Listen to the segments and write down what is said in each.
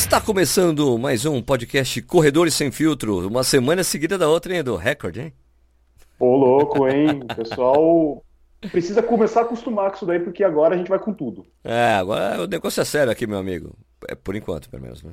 Está começando mais um podcast Corredores Sem Filtro, uma semana seguida da outra, hein, do recorde, hein? Ô, louco, hein? O pessoal precisa começar a acostumar com isso daí, porque agora a gente vai com tudo. Agora o negócio é sério aqui, meu amigo. É por enquanto, pelo menos, né?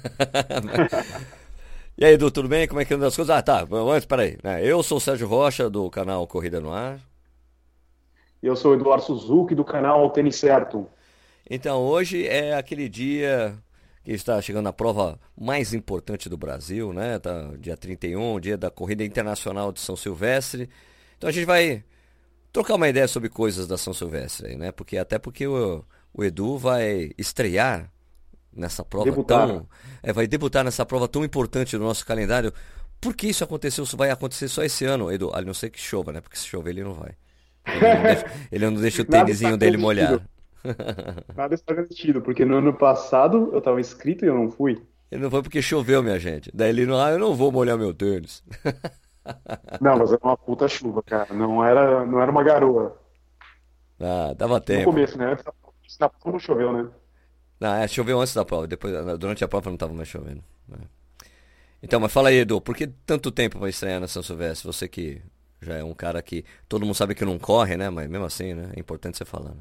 E aí, Edu, tudo bem? Como é que anda as coisas? Ah, tá, antes, peraí. Eu sou o Sérgio Rocha, do canal Corrida no Ar. Eu sou o Eduardo Suzuki, do canal Tênis Certo. Então, hoje é aquele dia que está chegando a prova mais importante do Brasil, né? Tá, dia 31, dia da Corrida Internacional de São Silvestre. Então a gente vai trocar uma ideia sobre coisas da São Silvestre aí, né? Porque o Edu vai estrear nessa prova Debutar. vai debutar nessa prova tão importante do nosso calendário. Por que isso aconteceu? Isso vai acontecer só esse ano, Edu. A não ser que chova, né? Porque se chover ele não vai. Ele não deixa o Nada está tênisinho dele garantido. molhar. Nada está garantido, porque no ano passado eu estava inscrito e eu não fui. Ele não foi porque choveu, minha gente. Daí ele não, eu não vou molhar meu tênis. Não, mas era uma puta chuva, cara. Não era uma garoa. Ah, dava No tempo. começo, né? Antes da prova não choveu, né? Não, choveu antes da prova, depois, durante a prova não estava mais chovendo, né? Então, mas fala aí, Edu, por que tanto tempo para estrear na São Silvestre? Você que já é um cara que todo mundo sabe que não corre, né? Mas mesmo assim, né? É importante você falar, né?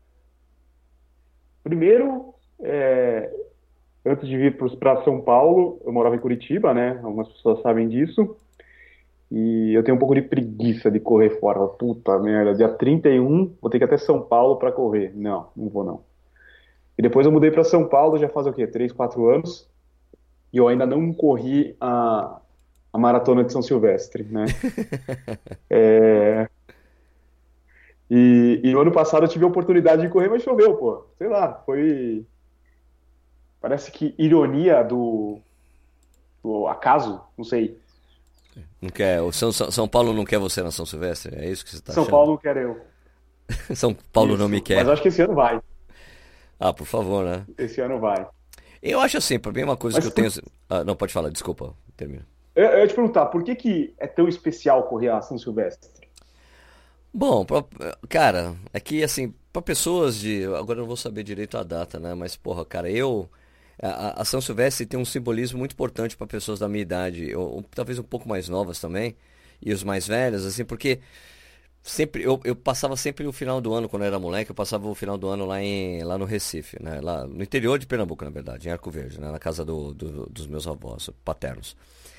Primeiro, antes de vir para São Paulo, eu morava em Curitiba, né? Algumas pessoas sabem disso. E eu tenho um pouco de preguiça de correr fora. Puta merda, dia 31 vou ter que ir até São Paulo para correr. Não, não vou não. E depois eu mudei para São Paulo, já faz o quê? 3, 4 anos. E eu ainda não corri a maratona de São Silvestre, né? E no ano passado eu tive a oportunidade de correr, mas choveu, pô. Sei lá, foi. Parece que ironia do acaso, não sei. Não quer, o São Paulo não quer você na São Silvestre? É isso que você está São achando? Paulo quer eu. São Paulo não me Isso. Mas quer. acho que esse ano vai. Ah, por favor, né? Esse ano vai. Eu acho assim, pra mim é uma coisa que Mas eu tenho. Ah, não, pode falar, desculpa, termina. eu ia te perguntar, por que que é tão especial correr a São Silvestre? Bom, cara, aqui assim, pra pessoas de. Agora eu não vou saber direito a data, né? Mas, porra, cara, a São Silvestre tem um simbolismo muito importante pra pessoas da minha idade, ou talvez um pouco mais novas também, e os mais velhos, assim, porque sempre eu passava sempre o final do ano, quando eu era moleque, eu passava o final do ano lá no Recife, né? Lá no interior de Pernambuco, na verdade, em Arco Verde, né? Na casa dos meus avós paternos.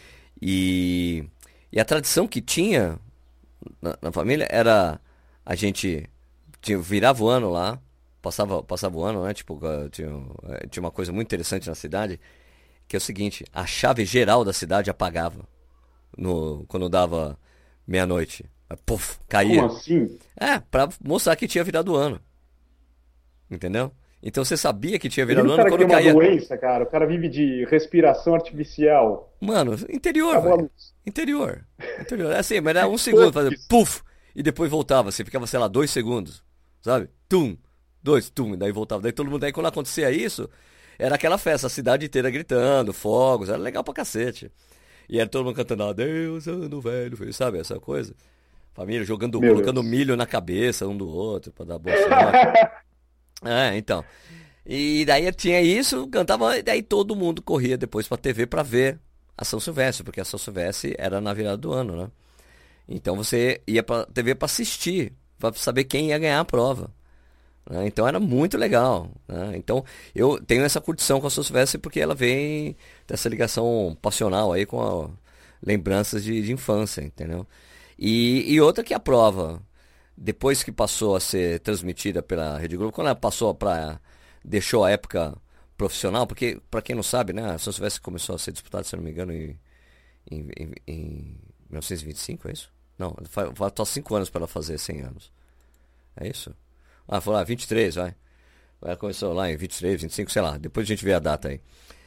E, e a tradição que tinha na família era a gente virava o ano lá, passava o ano, né? Tipo, tinha uma coisa muito interessante na cidade, que é o seguinte, a chave geral da cidade apagava quando dava meia-noite. Puf, Como caía. assim? Pra mostrar que tinha virado o ano, entendeu? Então você sabia que tinha virado Imagina o o ano cara que quando tem uma caía. doença, cara. O cara vive de respiração artificial. Mano, interior, Acabou a velho. luz. Interior. Interior. É assim, mas era um segundo, fazia Todos. puf, e depois voltava. Você ficava, sei lá, 2 segundos, sabe? Tum, dois, tum, e daí voltava. Daí todo mundo, daí quando acontecia isso, era aquela festa, a cidade inteira gritando, fogos, era legal pra cacete. E era todo mundo cantando, adeus, ano velho, sabe? Essa coisa. Família jogando, Meu colocando Deus. milho na cabeça um do outro pra dar boa sorte. Então. E daí tinha isso, cantava, e daí todo mundo corria depois pra TV pra ver a São Silvestre, porque a São Silvestre era na virada do ano, né? Então você ia pra TV pra assistir, pra saber quem ia ganhar a prova, né? Então era muito legal, né? Então eu tenho essa curtição com a São Silvestre porque ela vem dessa ligação passional aí com lembranças de infância, entendeu? E outra que a prova, depois que passou a ser transmitida pela Rede Globo, quando ela passou para deixou a época profissional, porque para quem não sabe, né, a São Silvestre começou a ser disputada, se eu não me engano, em 1925, é isso? Não, faltam 5 anos para ela fazer 100 anos. É isso? Ah, foi lá, 23, vai. Ela começou lá em 23, 25, sei lá. Depois a gente vê a data aí.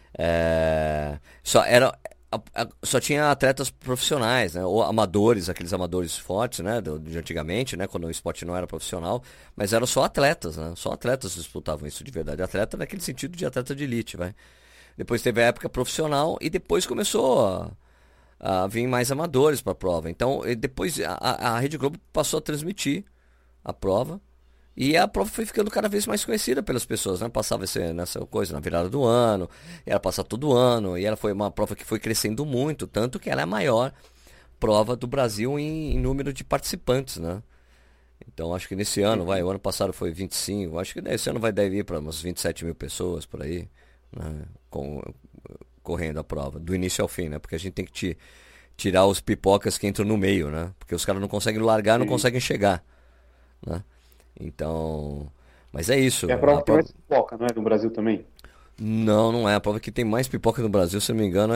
Só era só tinha atletas profissionais, né? Ou amadores, aqueles amadores fortes, né? De antigamente, né? Quando o esporte não era profissional, mas eram só atletas, né? Só atletas disputavam isso de verdade. Atleta naquele sentido de atleta de elite, vai. Depois teve a época profissional e depois começou a vir mais amadores para a prova. Então, depois a Rede Globo passou a transmitir a prova E a prova foi ficando cada vez mais conhecida pelas pessoas, né? Passava nessa coisa na virada do ano, ela passa todo ano, e ela foi uma prova que foi crescendo muito, tanto que ela é a maior prova do Brasil em número de participantes, né? Então acho que nesse ano, o ano passado foi 25, acho que esse ano deve ir para umas 27 mil pessoas por aí, né? Correndo a prova, do início ao fim, né? Porque a gente tem que tirar os pipocas que entram no meio, né? Porque os caras não conseguem largar, não Sim. conseguem chegar, né? Então, mas é isso. É a prova que tem mais pipoca, não é? No Brasil também. Não, não é. A prova que tem mais pipoca no Brasil, se eu não me engano,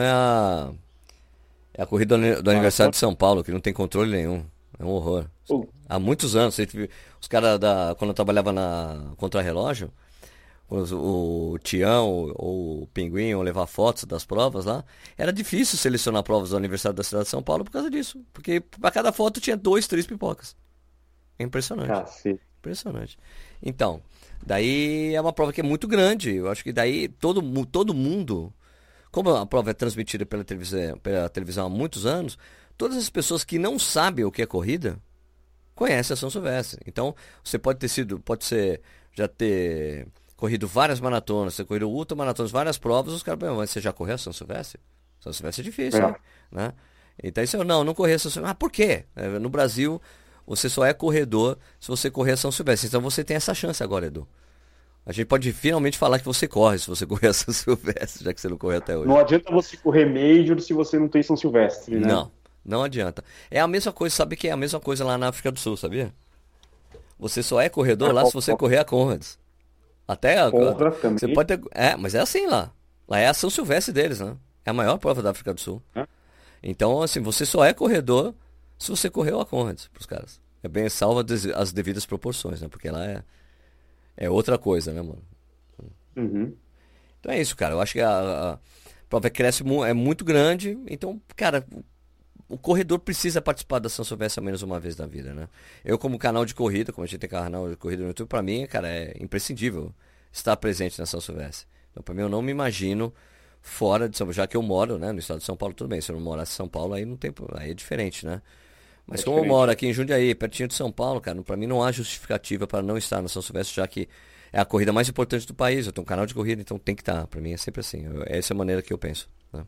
é a corrida do aniversário Maratona. de São Paulo, que não tem controle nenhum. É um horror. Pô, Há muitos anos, os caras quando eu trabalhava na Contra-Relógio, o Tião ou o Pinguim iam levar fotos das provas lá, era difícil selecionar provas do aniversário da cidade de São Paulo por causa disso. Porque para cada foto tinha dois, três pipocas. É impressionante. cacete. Impressionante. Então, daí é uma prova que é muito grande. Eu acho que daí todo mundo, como a prova é transmitida pela televisão há muitos anos, todas as pessoas que não sabem o que é corrida conhecem a São Silvestre. Então, você pode ser, já ter corrido várias maratonas, ter corrido ultramaratonas, várias provas, os caras perguntam, mas você já correu a São Silvestre? São Silvestre é difícil, hein? É. Né? Então, isso eu não corri a São Silvestre. Ah, por quê? No Brasil, você só é corredor se você correr a São Silvestre. Então você tem essa chance agora, Edu. A gente pode finalmente falar que você corre se você correr a São Silvestre, já que você não correu até Não hoje. adianta você correr Major se você não tem São Silvestre, né? Não, não adianta. É a mesma coisa, sabe que é a mesma coisa lá na África do Sul, sabia? Você só é corredor Ah, lá se você correr a Conrads. Porra, Você também. pode ter. Mas é assim lá. Lá é a São Silvestre deles, né? É a maior prova da África do Sul. Né? Então, assim, você só é corredor se você correu a Conrads pros caras. É bem salva as devidas proporções, né? Porque lá é outra coisa, né, mano? Uhum. Então é isso, cara. Eu acho que a prova cresce, é muito grande. Então, cara, o corredor precisa participar da São Silvestre ao menos uma vez na vida, né? Eu, como canal de corrida, como a gente tem canal de corrida no YouTube, pra mim, cara, é imprescindível estar presente na São Silvestre. Então, pra mim, eu não me imagino fora de São Paulo, já que eu moro, né, no estado de São Paulo, tudo bem. Se eu não morasse em São Paulo, aí não tem, aí é diferente, né? É Mas como eu diferente. moro aqui em Jundiaí, pertinho de São Paulo, cara, pra mim não há justificativa para não estar na São Silvestre, já que é a corrida mais importante do país. Eu tenho um canal de corrida, então tem que estar. Pra mim é sempre assim. Essa é a maneira que eu penso, né?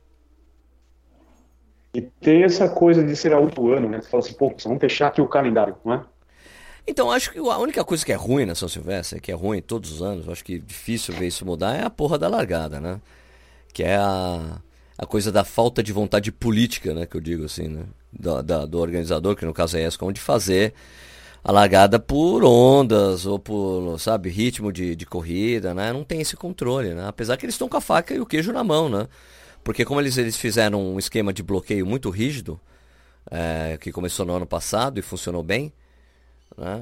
E tem essa coisa de ser a outro ano, né? Você fala assim, pô, vamos fechar aqui o calendário, não é? Então, acho que a única coisa que é ruim na São Silvestre, que é ruim todos os anos, eu acho que é difícil ver isso mudar, é a porra da largada, né? Que é a coisa da falta de vontade política, né? Que eu digo assim, né? Do organizador, que no caso é a ESCOM, de fazer a largada por ondas ou por, sabe, ritmo de corrida, né? Não tem esse controle, né? Apesar que eles estão com a faca e o queijo na mão, né? Porque como eles fizeram um esquema de bloqueio muito rígido, que começou no ano passado e funcionou bem, né?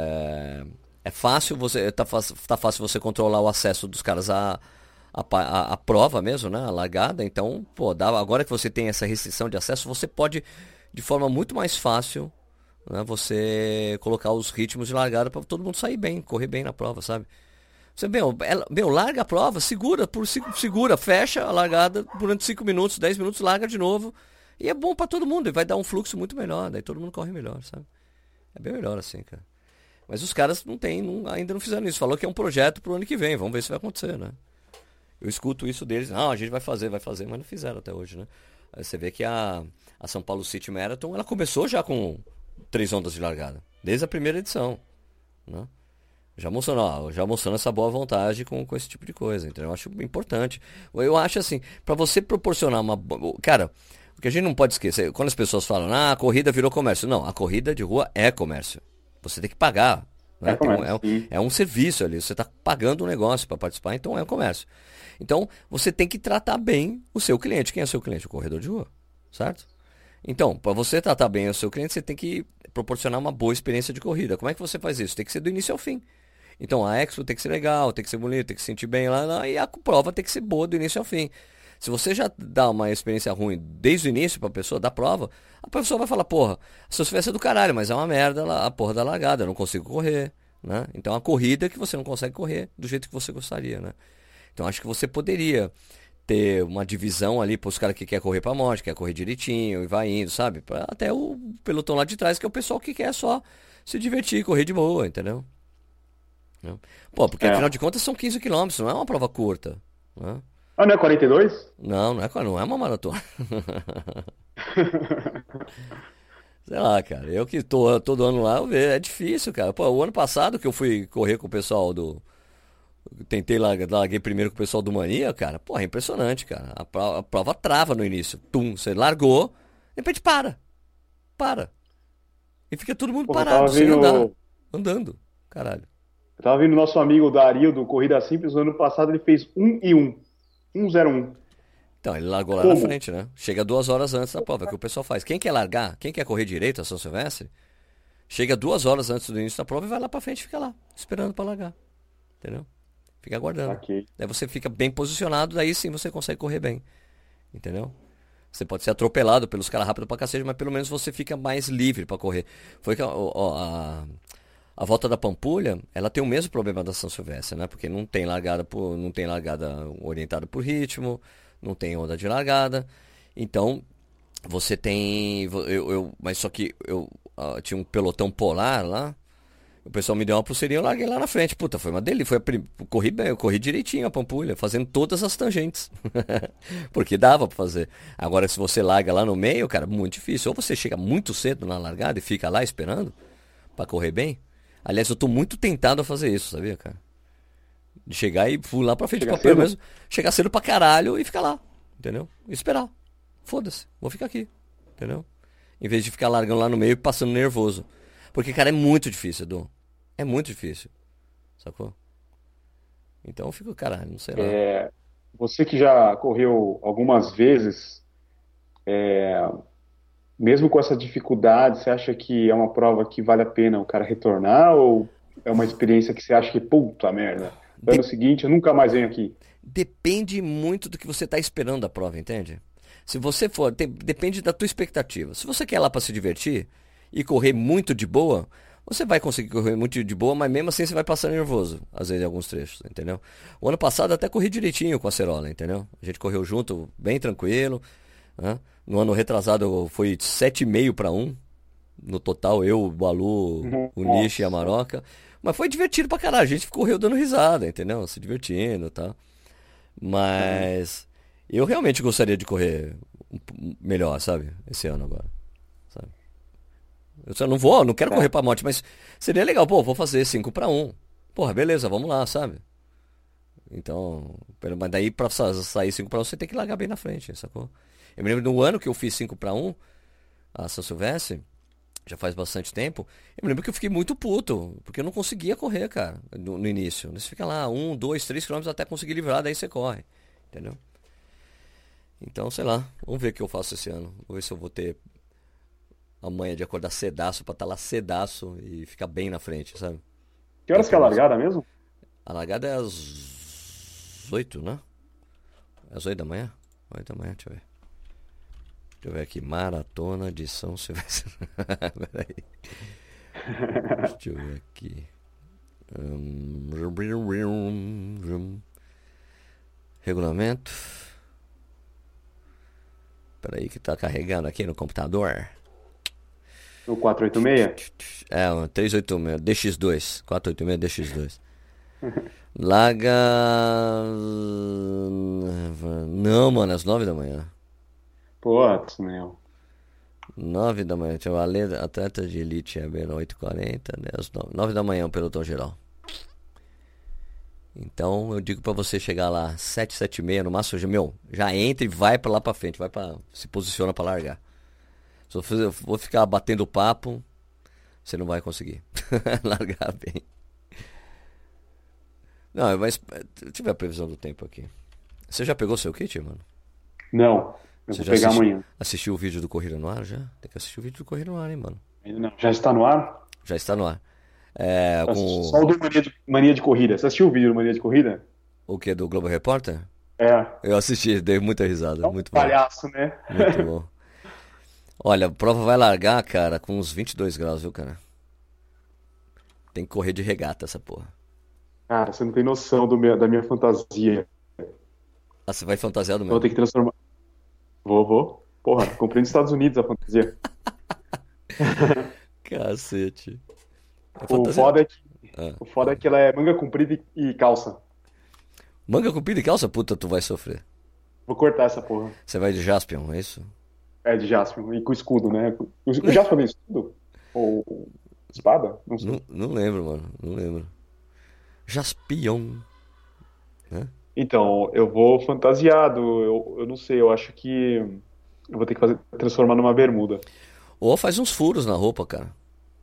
É fácil tá fácil você controlar o acesso dos caras à prova mesmo, né? A largada. Então, pô, agora que você tem essa restrição de acesso, você pode, de forma muito mais fácil, né, você colocar os ritmos de largada para todo mundo sair bem, correr bem na prova, sabe? Você, larga a prova, segura, fecha a largada durante 5 minutos, 10 minutos, larga de novo. E é bom para todo mundo, e vai dar um fluxo muito melhor, daí todo mundo corre melhor, sabe? É bem melhor assim, cara. Mas os caras ainda não fizeram isso. Falou que é um projeto pro ano que vem, vamos ver se vai acontecer, né? Eu escuto isso deles, não, a gente vai fazer, mas não fizeram até hoje, né? Aí você vê que a São Paulo City Marathon, ela começou já com 3 ondas de largada, desde a primeira edição, né? Já mostrando essa boa vontade com esse tipo de coisa. Então eu acho importante. Eu acho assim, para você proporcionar uma. Cara, o que a gente não pode esquecer, quando as pessoas falam, a corrida virou comércio. Não, a corrida de rua é comércio. Você tem que pagar. É Né? comércio, sim. É um serviço ali. Você está pagando um negócio para participar, então é um comércio. Então você tem que tratar bem o seu cliente. Quem é o seu cliente? O corredor de rua. Certo? Então, para você tratar bem o seu cliente, você tem que proporcionar uma boa experiência de corrida. Como é que você faz isso? Tem que ser do início ao fim. Então a Expo tem que ser legal, tem que ser bonito, tem que se sentir bem lá, e a prova tem que ser boa do início ao fim. Se você já dá uma experiência ruim desde o início pra pessoa da prova, a pessoa vai falar, porra, a sua experiência é do caralho, mas é uma merda a porra da largada, eu não consigo correr, né? Então a corrida é que você não consegue correr do jeito que você gostaria, né? Então acho que você poderia ter uma divisão ali para os caras que quer correr pra morte, quer correr direitinho e vai indo, sabe? Até o pelotão lá de trás, que é o pessoal que quer só se divertir, correr de boa, entendeu? Né? Pô, porque É. afinal de contas são 15 quilômetros, não é uma prova curta. Né? Ah, não é 42? Não, não é uma maratona. Sei lá, cara. Eu que tô todo ano lá, eu vejo, é difícil, cara. Pô, o ano passado que eu fui correr com o pessoal do. Tentei larguei primeiro com o pessoal do Mania, cara. Pô, é impressionante, cara. A prova trava no início. Tum, você largou, de repente para. Para. E fica todo mundo Porra, parado, sem andar. Andando. Caralho. eu tava vendo nosso amigo Dario do Corrida Simples, no ano passado ele fez 1:01. 1:01. Então, ele largou lá na Como? frente, né? Chega 2 horas antes da prova, é o que o pessoal faz. Quem quer largar, quem quer correr direito a São Silvestre, chega 2 horas antes do início da prova e vai lá pra frente e fica lá, esperando pra largar. Entendeu? Fica aguardando. Ok. Daí você fica bem posicionado, daí sim você consegue correr bem. Entendeu? Você pode ser atropelado pelos caras rápido pra cacete, mas pelo menos você fica mais livre pra correr. Foi que a volta da Pampulha, ela tem o mesmo problema da São Silvestre, né? Porque não tem largada orientada por ritmo, não tem onda de largada. Então, você tem. Mas só que eu tinha um pelotão polar lá. O pessoal me deu uma pulseirinha, eu larguei lá na frente. Puta, foi uma delícia. Corri bem, eu corri direitinho a Pampulha, fazendo todas as tangentes. Porque dava pra fazer. Agora, se você larga lá no meio, cara, muito difícil. Ou você chega muito cedo na largada e fica lá esperando pra correr bem. Aliás, eu tô muito tentado a fazer isso, sabia, cara? De chegar e fui lá pra frente Chegar do papel cedo? mesmo. Chegar cedo pra caralho e ficar lá. Entendeu? E esperar. Foda-se, vou ficar aqui. Entendeu? Em vez de ficar largando lá no meio e passando nervoso. Porque, cara, é muito difícil, Edu. É muito difícil. Sacou? Então eu fico, caralho, não sei lá. Você que já correu algumas vezes, mesmo com essa dificuldade, você acha que é uma prova que vale a pena o cara retornar ou é uma experiência que você acha que, puta merda, ano De- seguinte eu nunca mais venho aqui? Depende muito do que você tá esperando da prova, entende? Se você for, depende da tua expectativa. Se você quer ir lá pra se divertir e correr muito de boa, você vai conseguir correr muito de boa, mas mesmo assim você vai passar nervoso, às vezes em alguns trechos, entendeu? O ano passado eu até corri direitinho com a Cerola, entendeu? A gente correu junto, bem tranquilo, né? No ano retrasado foi 7,5 para 1. No total, eu, o Balu, o Nishi e a Nossa. Maroca. Mas foi divertido pra caralho. A gente correu dando risada, entendeu? Se divertindo e tal. Uhum. Mas eu realmente gostaria de correr melhor, sabe? Esse ano agora, sabe? Eu só não quero correr É. pra morte, mas seria legal. Pô, vou fazer 5 para 1. Porra, beleza, vamos lá, sabe? Então, mas daí pra sair 5 para 1 você tem que largar bem na frente, sacou? Eu me lembro do ano que eu fiz 5 para 1, a São Silvestre, já faz bastante tempo. Eu me lembro que eu fiquei muito puto, porque eu não conseguia correr, cara, no início. Você fica lá 1, 2, 3 quilômetros até conseguir livrar, daí você corre, entendeu? Então, sei lá, vamos ver o que eu faço esse ano. Vou ver se eu vou ter a manha de acordar cedaço pra estar lá cedaço e ficar bem na frente, sabe? Que Pra horas que é ter a mais. largada mesmo? A largada é às 8, né? É às 8 da manhã? 8 da manhã, deixa eu ver. Deixa eu ver aqui, Maratona de São Silvestre. Peraí, deixa eu ver aqui. Regulamento. Peraí que tá carregando aqui no computador. No 486? É, um 386, DX2. 486 DX2. Larga. Não, mano, às 9 da manhã. Putz, meu. 9 da manhã. Tinha o Ale, atleta de elite, é bem 8h40, né? Às 9 da manhã, o pelotão geral. Então eu digo pra você chegar lá 7, 7h30 no máximo, já entra e vai pra lá pra frente, se posiciona pra largar. Se eu vou ficar batendo papo, você não vai conseguir largar bem. Não, mas deixa eu ver a previsão do tempo aqui. Você já pegou seu kit, mano? Não, eu Você vou já pegar amanhã. assistiu o vídeo do Corrida no Ar já? Tem que assistir o vídeo do Corrida no Ar, hein, mano? Ainda não. Já está no ar? Já está no ar. É, Eu assisti só com o do Mania de Corrida. Você assistiu o vídeo do Mania de Corrida? o que do Globo Repórter? É. Eu assisti, dei muita risada, É um muito bom, palhaço, né? muito bom. Olha, a prova vai largar, cara, com uns 22 graus, viu, cara? Tem que correr de regata essa porra. Cara, você não tem noção da minha fantasia. Ah, você vai fantasiado Eu vou mesmo. ter que transformar. Vou. Porra, comprei nos Estados Unidos a fantasia. Cacete. É O fantasia. foda é que O foda é que ela é manga comprida e calça. Manga comprida e calça, puta, tu vai sofrer. Vou cortar essa porra. Você vai de Jaspion, é isso? É de Jaspion. E com escudo, né? O Jaspion tem escudo? Ou espada? Não sei. Não lembro, mano. Não lembro. Jaspion, né? Então, eu vou fantasiado. Eu não sei, eu acho que eu vou ter que transformar numa bermuda. Ou faz uns furos na roupa, cara.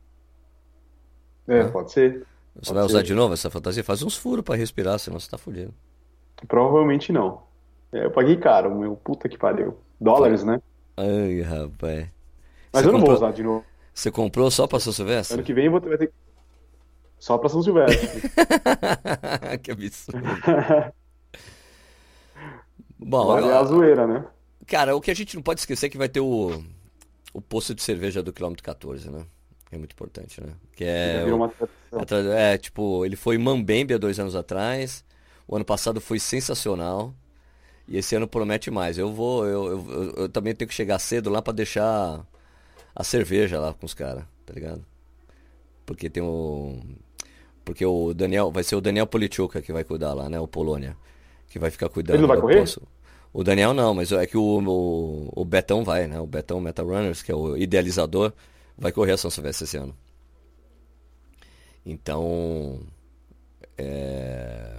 É, Né? pode ser. Você vai Pode usar de ser. novo essa fantasia? Faz uns furos pra respirar, senão você tá fudido. Provavelmente não. É, eu paguei caro, meu. Puta que pariu. Fa- Dólares, né? Ai, rapaz. Mas Você eu não vou comprou, usar de novo. você comprou só pra São Ano Silvestre? que vem vai ter só pra São Silvestre. Que absurdo. Bom, Vale a zoeira, né? cara, o que a gente não pode esquecer é que vai ter o posto de cerveja do quilômetro 14, né? É muito importante, né? Que Já é, virou uma tradição. tipo, ele foi em Mambembe há 2 anos atrás. O ano passado foi sensacional. E esse ano promete mais. Eu também tenho que chegar cedo lá pra deixar a cerveja lá com os caras, tá ligado? Porque tem o Daniel, vai ser o Daniel Polichuca que vai cuidar lá, né? O Polônia, que vai ficar Ele não cuidando vai do correr? posto. O Daniel não, mas é que o Betão vai, né? O Betão Meta Runners, que é o idealizador, vai correr a São Silvestre esse ano. Então, é,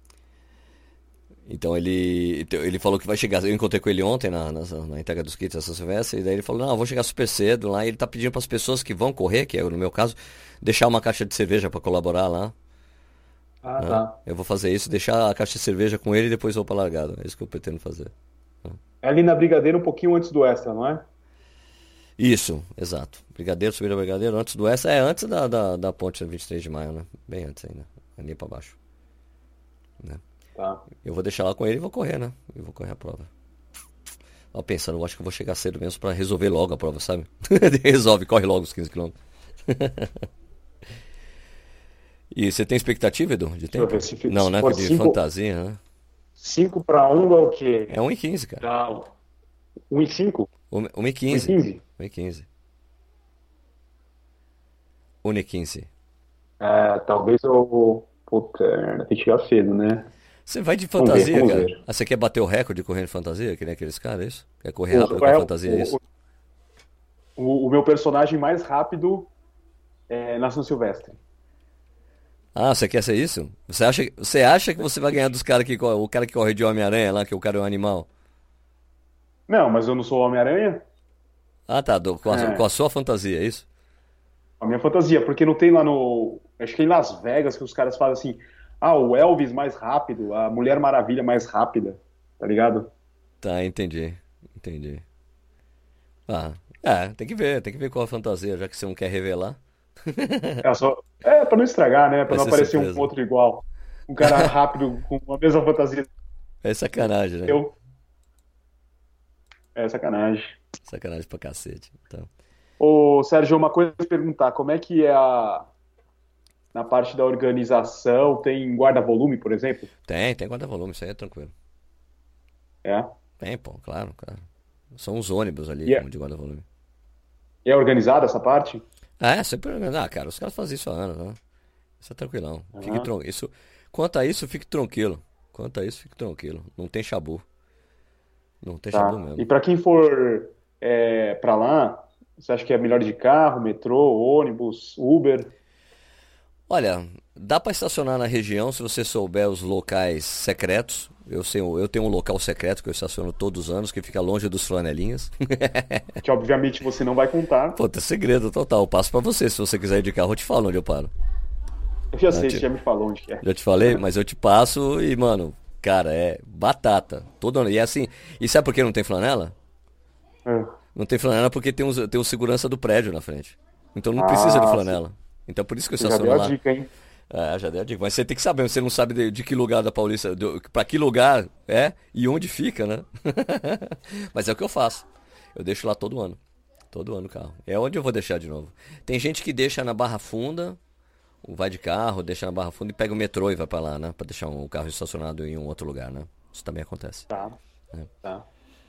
então ele falou que vai chegar. Eu encontrei com ele ontem na entrega dos kits da São Silvestre. E daí ele falou: Não, eu vou chegar super cedo lá. E ele tá pedindo para as pessoas que vão correr, que é no meu caso, deixar uma caixa de cerveja para colaborar lá. Ah, Né? tá. Eu vou fazer isso, deixar a caixa de cerveja com ele e depois vou pra largada. É isso que eu pretendo fazer. É ali na Brigadeiro, um pouquinho antes do Extra, não é? Isso, exato. Brigadeiro, subida Brigadeiro, antes do essa, é antes da ponte 23 de maio, né? Bem antes ainda. Ali pra baixo. Né? Tá. Eu vou deixar lá com ele e vou correr, né? Eu vou correr a prova. Ó, pensando, eu acho que eu vou chegar cedo mesmo pra resolver logo a prova, sabe? Resolve, corre logo os 15 quilômetros. E você tem expectativa, Edu, de Deixa eu tempo? ver se, Não, se né? for De fantasia, né? 5 para 1 é o quê? É 1h15, cara. Dá 1 e 5? 1 e 1h15. 15? 1h15. 1h15. É, talvez eu. Puta, tem que chegar cedo, né? Você vai de Vamos ver, fantasia, vamos cara? ver. Ah, você quer bater o recorde correndo de fantasia? Que nem aqueles caras, é isso? Quer correr O, rápido com a fantasia, é isso? o meu personagem mais rápido é na São Silvestre. Ah, você quer ser isso? Você acha que você vai ganhar dos caras que correm, o cara que corre de Homem-Aranha lá, que o cara é um animal? Não, mas eu não sou Homem-Aranha? Ah, tá, com É, a sua fantasia, é isso? a minha fantasia, porque não tem lá no. Acho que é em Las Vegas que os caras falam assim: ah, o Elvis mais rápido, a Mulher Maravilha mais rápida, tá ligado? Tá, entendi. Entendi. Ah, tem que ver qual a fantasia, já que você não quer revelar. É pra não estragar, né? Pra Vai não ser aparecer um surpresa. outro igual. Um cara rápido com a mesma fantasia que É sacanagem, né? eu. É sacanagem. Sacanagem pra cacete. Então. Ô, Sérgio, uma coisa pra perguntar: como é que é na parte da organização? Tem guarda-volume, por exemplo? Tem guarda-volume, isso aí é tranquilo. É. Tem, pô, claro, cara. São os ônibus ali, E é, como de guarda-volume. é organizada essa parte? Ah, é, sempre. Ah, cara, os caras fazem isso há anos, né? Isso é tranquilão. Aham. Quanto a isso, fique tranquilo. Quanto a isso, fique tranquilo. Não tem chabu. Não tem chabu Tá. mesmo. E para quem for para lá, você acha que é melhor de carro, metrô, ônibus, Uber? Olha, dá pra estacionar na região se você souber os locais secretos. Eu tenho um local secreto que eu estaciono todos os anos, que fica longe dos flanelinhas. Que obviamente você não vai contar. Pô, tem segredo total. Eu passo pra você. Se você quiser ir de carro, eu te falo onde eu paro. Eu já Tá, sei, você já me falou onde que é. já te falei, mas eu te passo e, mano, cara, é batata. Todo ano. E é assim. E sabe por que não tem flanela? É. Não tem flanela porque tem o segurança do prédio na frente. Então não precisa de Ah, flanela. Então por isso que eu você já deu estaciono a lá. dica, hein? É, já dei a dica. Mas você tem que saber, você não sabe de que lugar da Paulista, pra que lugar é e onde fica, né? Mas é o que eu faço. Eu deixo lá todo ano. Todo ano o carro. É onde eu vou deixar de novo. Tem gente que deixa na Barra Funda, vai de carro, deixa na Barra Funda e pega o metrô e vai pra lá, né? Pra deixar o carro estacionado em um outro lugar, né? Isso também acontece. Tá, tá.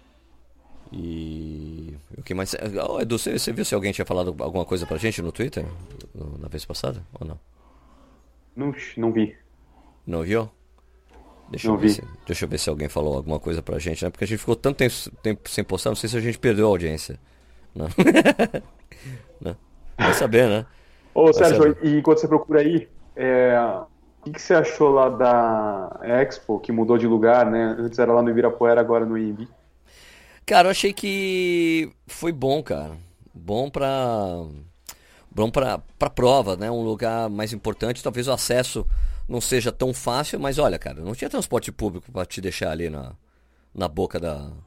E o que mais. Ô, Edu, você viu se alguém tinha falado alguma coisa pra gente no Twitter? Na vez passada? Ou não? Não, não vi, Não viu? não vi. Deixa eu ver se alguém falou alguma coisa pra gente, né? Porque a gente ficou tanto tempo sem postar, não sei se a gente perdeu a audiência. Não. Né? Vai saber, né? Ô, Vai Sérgio, saber. e enquanto você procura aí, o que você achou lá da Expo, que mudou de lugar, né? Antes era lá no Ibirapuera, agora no IMB. Cara, eu achei que foi bom, cara. Bom pra. Bom pra prova, né? Um lugar mais importante. Talvez o acesso não seja tão fácil, mas olha, cara, não tinha transporte público pra te deixar ali na boca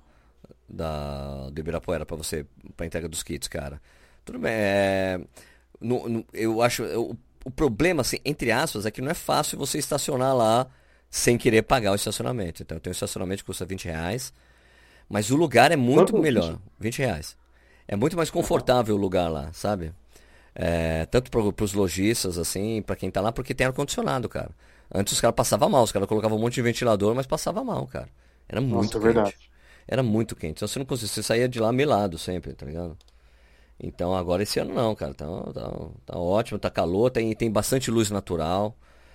do Ibirapuera pra você, pra entrega dos kits, cara. Tudo bem, eu acho, o problema, assim, entre aspas, é que não é fácil você estacionar lá sem querer pagar o estacionamento. Então, tem um estacionamento que custa R$ 20, mas o lugar é muito Quanto? melhor, 20? R$ 20. É muito mais Aham. confortável o lugar lá, sabe? Tanto para os lojistas, assim, para quem tá lá, porque tem ar-condicionado, cara. Antes os caras passavam mal, os caras colocavam um monte de ventilador, mas passava mal, cara. Era Nossa, muito é verdade. quente. Era muito quente. Então você não conseguia, você saía de lá melado sempre, tá ligado? Então agora esse ano não, cara. Tá ótimo, tá calor, tem bastante luz natural.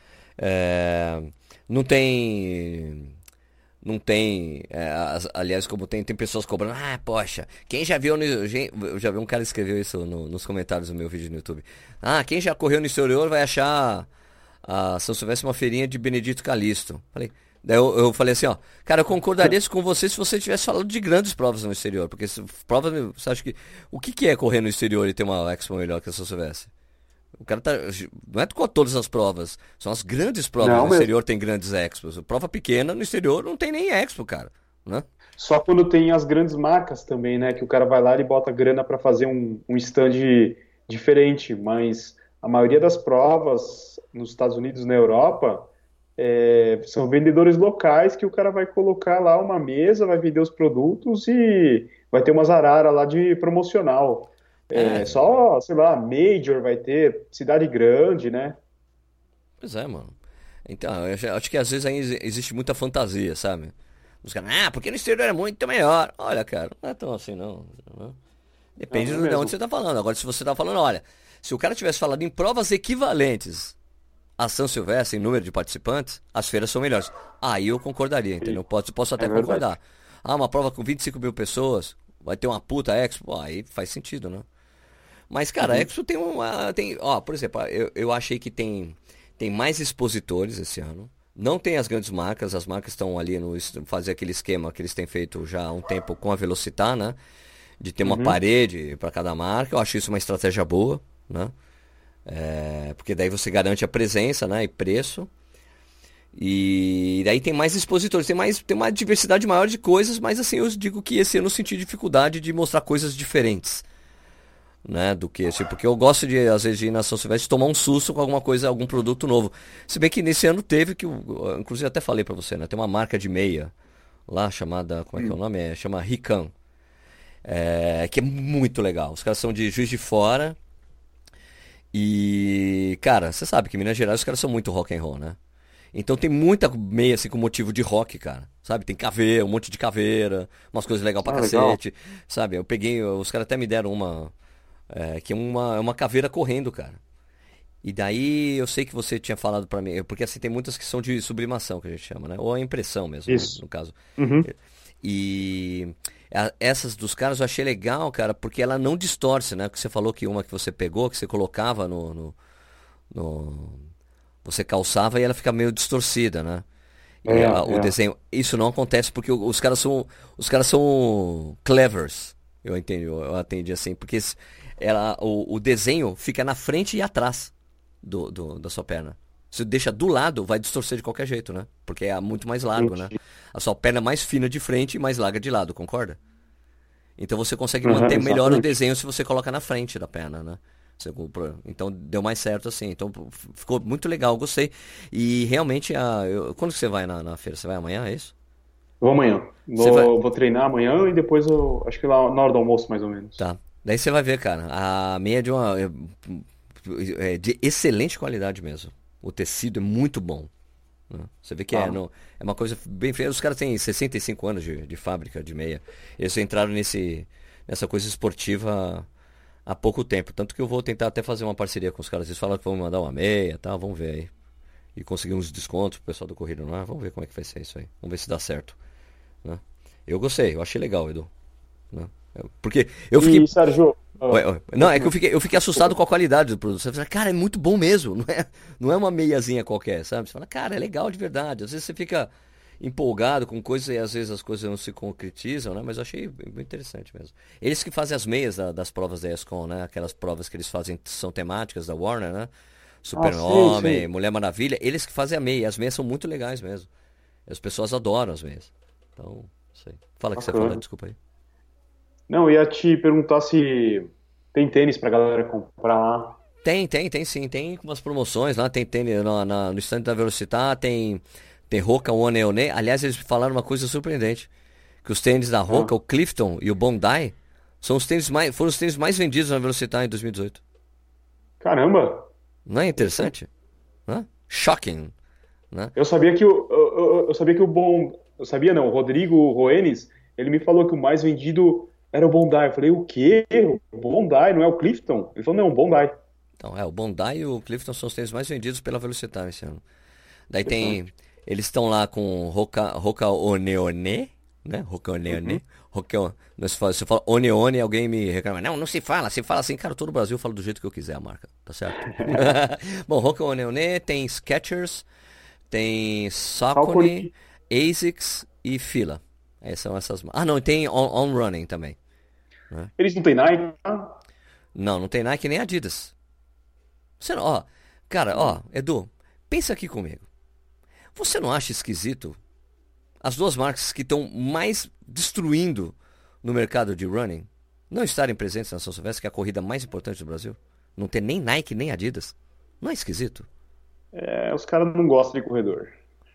É, não tem. Não tem. Aliás, como tem pessoas cobrando. Ah, poxa, quem já viu no. Eu já vi um cara escreveu isso nos comentários do meu vídeo no YouTube. Ah, quem já correu no exterior vai achar a São Silvestre uma feirinha de Benedito Calixto. Daí eu falei assim, ó, cara, eu concordaria com você se você tivesse falado de grandes provas no exterior, porque provas, você acha que o que é correr no exterior e ter uma Expo melhor que a São Silvestre? O cara tá, não é com todas as provas, são as grandes provas Não no mesmo. exterior tem grandes expos. Prova pequena no exterior não tem nem expo, cara, né? Só quando tem as grandes marcas também, né? Que o cara vai lá e bota grana para fazer um stand diferente. Mas a maioria das provas nos Estados Unidos e na Europa são vendedores locais que o cara vai colocar lá uma mesa, vai vender os produtos e vai ter umas araras lá de promocional. É, Só, sei lá, Major vai ter, cidade grande, né? pois é, mano. Então, acho que às vezes aí existe muita fantasia, sabe? Os caras, porque no exterior é muito melhor. Olha, cara, não é tão assim não, né? Não, Depende não é de onde você mesmo. tá falando. Agora, se você tá falando, olha, se o cara tivesse falado em provas equivalentes a São Silvestre em número de participantes, as feiras são melhores. Aí eu concordaria, entendeu? Posso É até verdade. concordar. Ah, uma prova com 25 mil pessoas, vai ter uma puta expo. Pô, aí faz sentido, né? Mas, cara, a Uhum. expo tem uma. Ó, por exemplo, eu achei que tem mais expositores esse ano. Não tem as grandes marcas, as marcas estão ali no fazer aquele esquema que eles têm feito já há um tempo com a Velocitar, né? De ter uma Uhum. parede para cada marca. Eu acho isso uma estratégia boa, né? Porque daí você garante a presença, né? E preço. E daí tem mais expositores, tem uma diversidade maior de coisas, mas assim, eu digo que esse ano eu senti dificuldade de mostrar coisas diferentes, né, do que esse, porque eu gosto de, às vezes, de ir na São Silvestre tomar um susto com alguma coisa, algum produto novo. Se bem que nesse ano teve, inclusive até falei pra você, né, tem uma marca de meia lá chamada, como é que é o Hum. nome? Chama Rican, que é muito legal. Os caras são de Juiz de Fora e, cara, você sabe que em Minas Gerais os caras são muito rock and roll, né? Então tem muita meia assim com motivo de rock, cara. Sabe? Tem caveira, um monte de caveira, umas coisas legais pra Ah, legal. cacete. Sabe? Eu peguei, os caras até me deram que é uma caveira correndo, cara. E daí eu sei que você tinha falado pra mim, porque assim tem muitas que são de sublimação que a gente chama, né? Ou a impressão mesmo, né? Isso. No caso. Uhum. E essas dos caras eu achei legal, cara, porque ela não distorce, né? Porque você falou que uma que você pegou, que você colocava no- você calçava e ela fica meio distorcida, né? É, E o é. desenho, isso não acontece porque os caras são clevers. Eu atendi assim, porque o desenho fica na frente e atrás da sua perna. Se você deixa do lado, vai distorcer de qualquer jeito, né? Porque é muito mais largo, né? Entendi. A sua perna é mais fina de frente e mais larga de lado, concorda? Então você consegue Aham, manter melhor o exatamente. desenho se você coloca na frente da perna, né? Então deu mais certo assim. Então ficou muito legal, gostei. E realmente, quando que você vai na feira? Você vai amanhã, é isso? Vou amanhã. Você vai. Vou treinar amanhã e depois eu acho que lá na hora do almoço, mais ou menos. Tá. Daí você vai ver, cara. A meia é de excelente qualidade mesmo. O tecido é muito bom, né? Você vê que Ah, não, é uma coisa bem feita. Os caras têm 65 anos de fábrica de meia. Eles entraram nessa coisa esportiva há pouco tempo. Tanto que eu vou tentar até fazer uma parceria com os caras. Eles falaram que vão me mandar uma meia e tal. Vamos ver aí. e conseguir uns descontos pro pessoal do Corrida no Ar. Vamos ver como é que vai ser isso aí. Vamos ver se dá certo, né? Eu gostei, eu achei legal, Edu, né? Porque eu E, fiquei. Sérgio, Não, é que eu fiquei assustado com a qualidade do produto. Você fala, cara, é muito bom mesmo, não é uma meiazinha qualquer, sabe? Você fala, cara, é legal de verdade. Às vezes você fica empolgado com coisas e às vezes as coisas não se concretizam, né? Mas eu achei muito interessante mesmo. Eles que fazem as meias das provas da ESCOM, né? Aquelas provas que eles fazem são temáticas da Warner, né? sim, Super-Homem, sim. Mulher Maravilha, eles que fazem a meia. As meias são muito legais mesmo. As pessoas adoram as meias. Então, não sei. Fala o que você fala, Bacana. desculpa aí. Não, eu ia te perguntar se tem tênis pra galera comprar lá. Tem sim. Tem umas promoções lá, tem tênis no stand da Velocitar, tem Roca One One. Aliás, eles falaram uma coisa surpreendente. Que os tênis da Ah, Roca, o Clifton e o Bondi, foram os tênis mais vendidos na Velocitar em 2018. caramba! Não é Interessante. interessante? Né? Shocking, né? Eu sabia que eu sabia que o bom, eu sabia não, o Rodrigo Roenes, ele me falou que o mais vendido era o Bondi. Eu falei, o quê? O Bondi, não é o Clifton? Ele falou, não, o Bondi. Então, o Bondi e o Clifton são os tênis mais vendidos pela Velocitar esse ano. Daí tem. Interessante. Eles estão lá com Roca One One, né? Roca One Uhum. One. Não se fala One One, alguém me reclama. Não, não se fala. Se fala assim, cara, todo o Brasil fala do jeito que eu quiser a marca, tá certo? Bom, Roca One One tem Skechers, tem Saucony, Falcone, ASICS e Fila. São essas. Ah, não, e tem On Running também, né? eles não têm Nike, tá? Não, não tem Nike nem Adidas. Você não, ó, cara, ó, Edu, pensa aqui comigo. Você não acha esquisito as duas marcas que estão mais destruindo no mercado de running não estarem presentes na São Silvestre, que é a corrida mais importante do Brasil? Não ter nem Nike nem Adidas? Não é esquisito? É, os caras não gostam de corredor.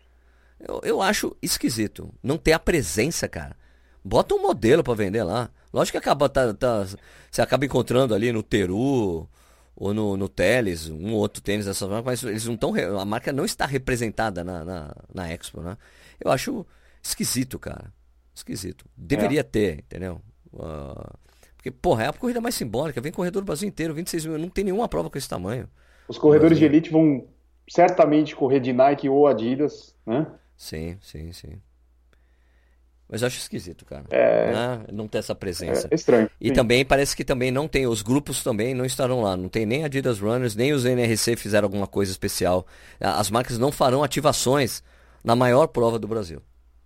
Eu acho esquisito não ter a presença, cara. Bota um modelo pra vender lá. Lógico que você acaba encontrando ali no Teru ou no Teles, um ou outro tênis dessas marcas, mas eles não estão. A marca não está representada na Expo, né? Eu acho esquisito, cara. Esquisito. É. Deveria ter, entendeu? Porque, porra, é a corrida mais simbólica. Vem corredor do Brasil inteiro, 26 mil. Não tem nenhuma prova com esse tamanho Os no corredores de Brasil. elite vão certamente correr de Nike ou Adidas, né? Sim. Mas eu acho esquisito, cara, É, né? Não ter essa é presença. estranho, E sim. também parece que também não tem, os grupos também não estarão lá. Não tem nem Adidas Runners, nem os NRC fizeram alguma coisa especial. As marcas não farão ativações na maior prova do Brasil.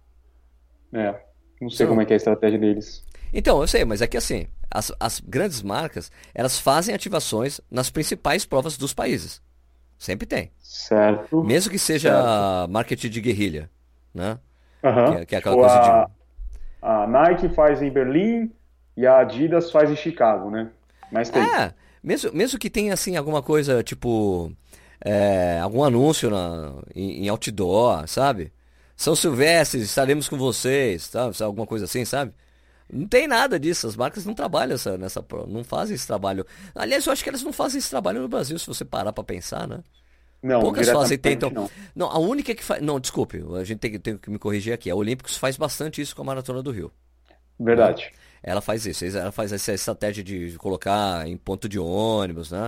É, não Você sei como não. é que é a estratégia deles. Então, eu sei, mas é que assim, as grandes marcas, elas fazem ativações nas principais provas dos países. Sempre tem. Certo, Mesmo que certo. seja marketing de guerrilha, né? Aham. Que é aquela Tipo, coisa de. a Nike faz em Berlim e a Adidas faz em Chicago, né? Mas tem. Mesmo que tenha assim alguma coisa, tipo, algum anúncio em outdoor, sabe? São Silvestre, estaremos com vocês, sabe? Alguma coisa assim, sabe? Não tem nada disso, as marcas não trabalham não fazem esse trabalho. Aliás, eu acho que elas não fazem esse trabalho no Brasil, se você parar pra pensar, né? Não, Poucas fazem, tentam. diretamente não. Não, a única que faz. Não, desculpe, a gente tem que me corrigir aqui. A Olímpicos faz bastante isso com a Maratona do Rio, né? Verdade. Ela faz isso, ela faz essa estratégia de colocar em ponto de ônibus, né?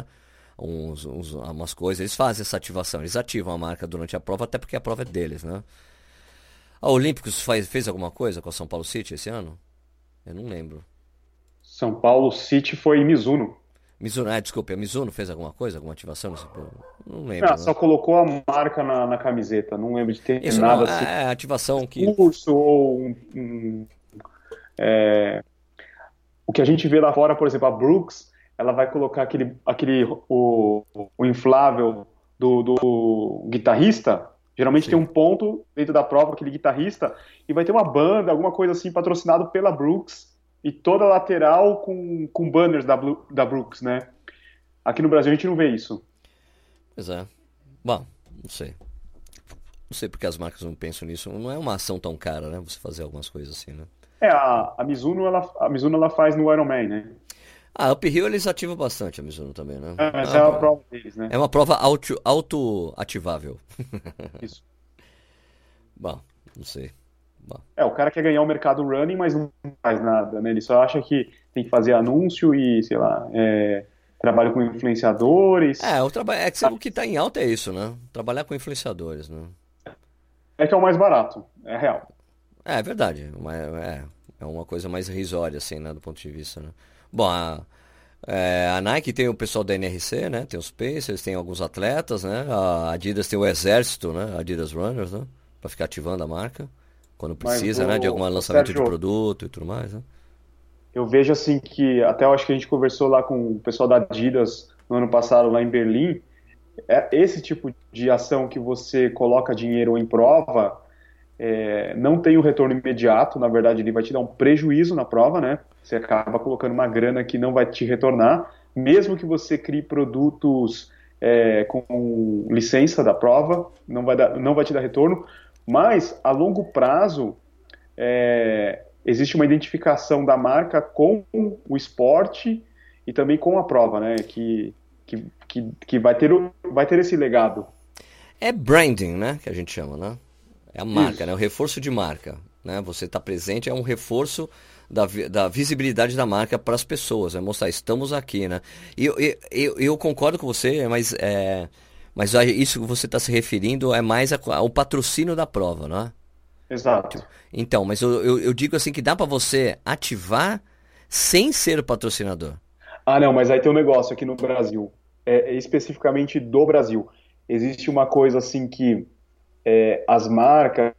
Umas coisas, eles fazem essa ativação, eles ativam a marca durante a prova, até porque a prova é deles, né? A Olímpicos fez alguma coisa com a São Paulo City esse ano? Eu não lembro. São Paulo City foi Mizuno. Mizuno, desculpe, a Mizuno fez alguma coisa, alguma ativação? Não Ah, lembro, né? só colocou a marca na camiseta. Não lembro de ter Isso não, nada assim. é ativação que. Curso ou o que a gente vê lá fora, por exemplo, a Brooks, ela vai colocar o inflável do guitarrista. Geralmente tem Sim. um ponto dentro da prova, aquele guitarrista, e vai ter uma banda, alguma coisa assim, patrocinado pela Brooks, e toda a lateral com banners da Brooks, né? Aqui no Brasil a gente não vê isso. Pois é. Bom, não sei. Não sei porque as marcas não pensam nisso. Não é uma ação tão cara, né? Você fazer algumas coisas assim, né? É, a Mizuno ela faz no Ironman, né? A Up Hill eles ativam bastante a Mizuno também, né? Essa é a prova deles, né? É uma prova auto-ativável. Isso. Bom, não sei. Bom, O cara quer ganhar o mercado running, mas não faz nada, né? Ele só acha que tem que fazer anúncio e, sei lá, trabalho com influenciadores. O trabalho é que o que tá em alta é isso, né? Trabalhar com influenciadores, né? É que é o mais barato, é real. É verdade, é uma coisa mais irrisória, assim, né, do ponto de vista, né? Bom, a Nike tem o pessoal da NRC, né? Tem os Pacers, tem alguns atletas, né? A Adidas tem o exército, né? Adidas Runners, né? Pra ficar ativando a marca quando Mas precisa, né? De algum o lançamento de Sérgio, produto e tudo mais, né? eu vejo assim que até eu acho que a gente conversou lá com o pessoal da Adidas no ano passado lá em Berlim. Esse tipo de ação que você coloca dinheiro em prova não tem um retorno imediato, na verdade ele vai te dar um prejuízo na prova, né? Você acaba colocando uma grana que não vai te retornar, mesmo que você crie produtos com licença da prova, não vai te dar retorno, mas a longo prazo existe uma identificação da marca com o esporte e também com a prova, né? Que vai ter esse legado. É branding, né? Que a gente chama, né? É a marca, né? O Isso. reforço de marca, né? Você está presente é um reforço da visibilidade da marca para as pessoas, é mostrar, estamos aqui, né? E eu concordo com você, mas isso que você está se referindo é mais ao patrocínio da prova, né? Exato. Então, mas eu digo assim que dá para você ativar sem ser o patrocinador. Ah, não, mas aí tem um negócio aqui no Brasil, especificamente do Brasil. Existe uma coisa assim que as marcas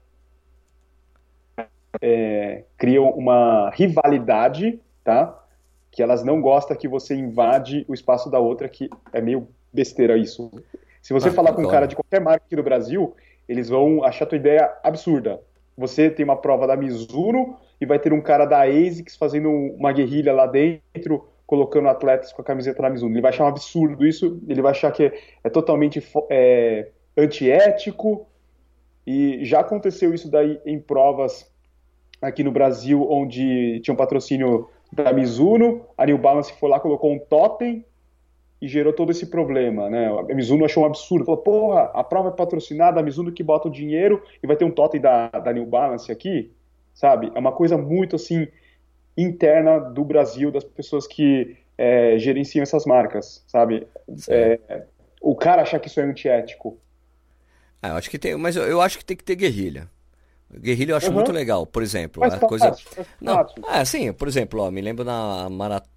criam uma rivalidade, tá? Que elas não gostam que você invade o espaço da outra, que é meio besteira isso. Se você Ah, falar com um cara concordo. de qualquer marca aqui do Brasil, eles vão achar tua ideia absurda. Você tem uma prova da Mizuno e vai ter um cara da ASICS fazendo uma guerrilha lá dentro, colocando atletas com a camiseta da Mizuno. Ele vai achar um absurdo isso, ele vai achar que é totalmente antiético, e já aconteceu isso daí em provas aqui no Brasil, onde tinha um patrocínio da Mizuno, a New Balance foi lá, colocou um totem e gerou todo esse problema, né? A Mizuno achou um absurdo, falou, porra, a prova é patrocinada, a Mizuno que bota o dinheiro e vai ter um totem da New Balance aqui, sabe? É uma coisa muito, assim, interna do Brasil, das pessoas que gerenciam essas marcas, sabe? Sei. O cara achar que isso é antiético. Eu acho que tem, mas eu acho que tem que ter guerrilha. Guerrilha eu acho muito Aham, legal. Por exemplo, faz a coisa. parte, faz Não, parte. sim, por exemplo, ó, me lembro na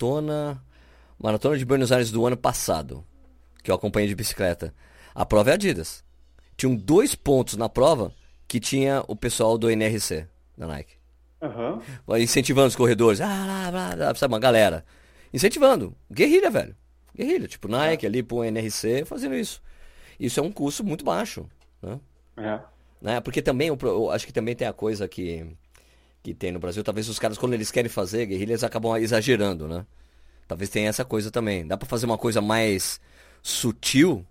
maratona de Buenos Aires do ano passado, que eu acompanhei de bicicleta. A prova é Adidas. Tinham 2 pontos na prova que tinha o pessoal do NRC, da Nike. Aham. Incentivando os corredores. Sabe, uma galera. Incentivando. Guerrilha, velho. Guerrilha. Tipo, É, Nike ali pro NRC fazendo isso. Isso é um custo muito baixo, né? é. Né? Porque também, eu acho que também tem a coisa que tem no Brasil. Talvez os caras, quando eles querem fazer guerrilha, eles acabam exagerando, né? Talvez tenha essa coisa também. Dá pra fazer uma coisa sutil,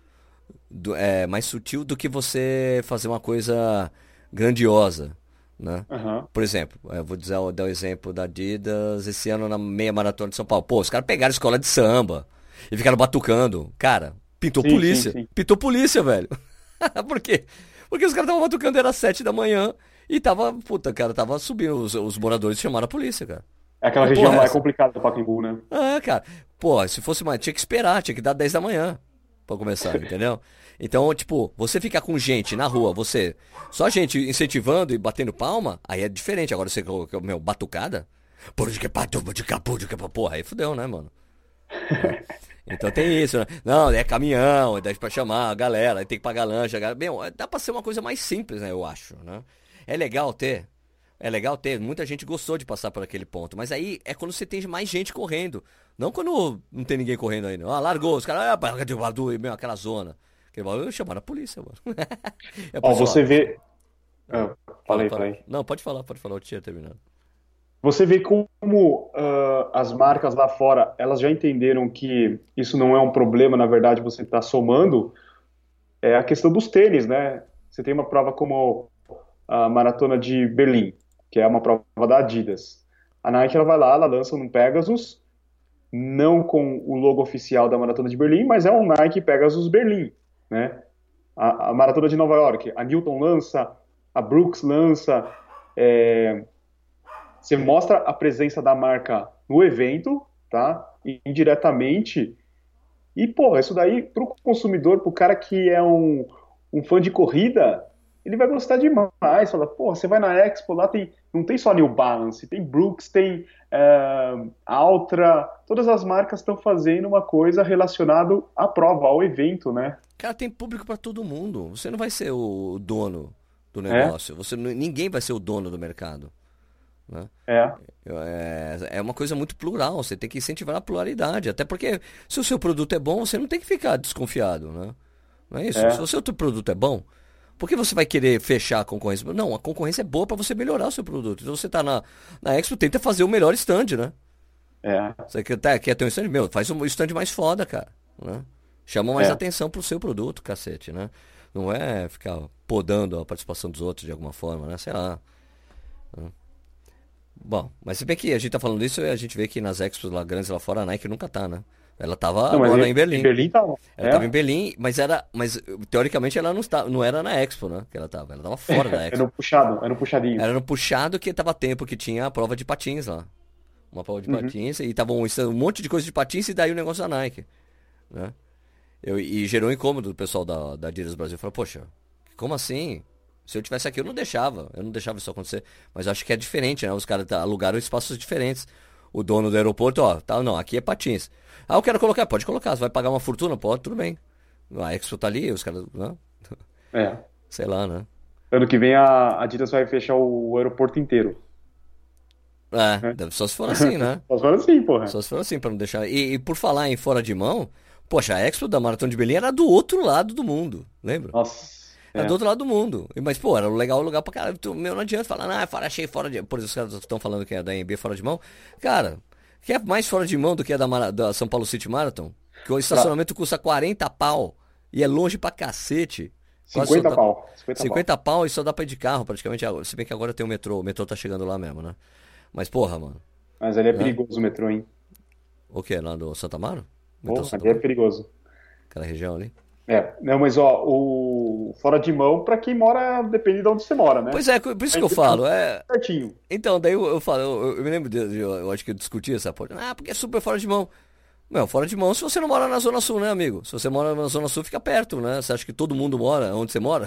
mais sutil do que você fazer uma coisa grandiosa, né? Aham. Por exemplo, eu vou dar o exemplo da Adidas esse ano na meia maratona de São Paulo. Pô, os caras pegaram escola de samba e ficaram batucando. Cara, pintou Sim, sim, polícia. sim. Pintou polícia, velho. Por quê? Porque os caras estavam batucando, era 7 da manhã e puta, cara, tava subindo. Os moradores chamaram a polícia, cara. Aquela Que porra região é lá é essa? complicada do Pacaembu, né? Cara. Pô, se fosse mais, tinha que esperar, tinha que dar 10 da manhã pra começar, entendeu? Então, tipo, você ficar com gente na rua, só gente incentivando e batendo palma, aí é diferente. Agora você, meu, batucada, porra, aí fudeu, né, mano? Né? Então tem isso, né? Não, é caminhão, dá pra chamar a galera, aí tem que pagar lancha, meu, dá pra ser uma coisa mais simples, né, eu acho, né? É legal ter, muita gente gostou de passar por aquele ponto, mas aí é quando você tem mais gente correndo, não quando não tem ninguém correndo ainda. Ah, largou, os caras, meu, aquela zona. Aquele bagulho, chamaram a polícia, mano. É por Ó, isso, ó, você vê. Ah, fala, falei, fala. falei. Não, pode falar, eu tinha terminado. Você vê como as marcas lá fora, elas já entenderam que isso não é um problema, na verdade, você está somando. É a questão dos tênis, né? Você tem uma prova como a Maratona de Berlim, que é uma prova da Adidas. A Nike, ela vai lá, ela lança um Pegasus, não com o logo oficial da Maratona de Berlim, mas é um Nike Pegasus Berlim, né? A Maratona de Nova York, a Newton lança, a Brooks lança, você mostra a presença da marca no evento, tá? E indiretamente, E, pô, isso daí, pro consumidor, pro cara que é um fã de corrida, ele vai gostar demais. Fala, pô, você vai na Expo, lá tem, não tem só New Balance, tem Brooks, tem Altra, todas as marcas estão fazendo uma coisa relacionada à prova, ao evento, né? Cara, tem público pra todo mundo. Você não vai ser o dono do É, negócio. Ninguém vai ser o dono do mercado, né? é, É uma coisa muito plural. Você tem que incentivar a pluralidade. Até porque se o seu produto é bom, você não tem que ficar desconfiado, né? Não é isso? Se é, o seu produto é bom, por que você vai querer fechar a concorrência? Não, a concorrência é boa para você melhorar o seu produto. Então você tá na Expo, tenta fazer o melhor stand, né? é, Você quer ter um stand? Meu, faz um stand mais foda, cara, né? Chama mais é. atenção pro seu produto, cacete, né? Não é ficar podando a participação dos outros de alguma forma, né? Sei lá. Bom, mas se bem que a gente tá falando isso, a gente vê que nas expos lá grandes lá fora, a Nike nunca tá, né? Ela tava Não, mas agora em em Berlim. Berlim tá, Ela tava em é, Berlim, mas teoricamente ela não era na Expo, né? Que ela tava fora da é no Expo. puxado, é no puxadinho. Era no puxado que tava tempo que tinha a prova de patins lá. Uma prova de Uhum. patins e tava um monte de coisa de patins e daí o negócio da Nike, né? E gerou um incômodo do pessoal da Adidas Brasil. Falou, poxa, como assim? Se eu tivesse aqui, eu não deixava isso acontecer. Mas eu acho que é diferente, né? Os caras alugaram espaços diferentes. O dono do aeroporto, ó, tá, não, aqui é patins. Ah, eu quero colocar, pode colocar. Você vai pagar uma fortuna? Pode, tudo bem. A Expo tá ali, os caras, né? É. Sei lá, né? Ano que vem a Adidas vai fechar o aeroporto inteiro, É, né? só se for assim, né? Nós falamos assim, porra. Só se for assim, pra não deixar. E por falar em fora de mão, poxa, a Expo da Maratona de Berlim era do outro lado do mundo, lembra? Nossa, Era do é. outro lado do mundo. Mas, pô, era legal o lugar pra caralho. Meu, não adianta falar, ah, fora achei fora de. Por isso os caras estão falando que é da AMB fora de mão. Cara, que é mais fora de mão do que a da São Paulo City Marathon? Que o Pra estacionamento custa 40 pau. E é longe pra cacete. Quase só 50 dá. pau, 50 pau. 50 pau e só dá pra ir de carro, praticamente. Se bem que agora tem o metrô. O metrô tá chegando lá mesmo, né? Mas, porra, mano. Mas ali é Né? perigoso o metrô, hein? O que? Lá do Santa Amaro? Metrô Porra, Santa ali é Amaro? perigoso. Aquela região ali. É, não, mas ó, o fora de mão pra quem mora, depende de onde você mora, né? Pois é, por isso A que eu gente tá falo. certinho. Então, daí eu falo, eu me lembro, eu acho que eu discuti essa porra. Ah, porque é super fora de mão. Meu, fora de mão se você não mora na Zona Sul, né, amigo? Se você mora na Zona Sul, fica perto, né? Você acha que todo mundo mora onde você mora?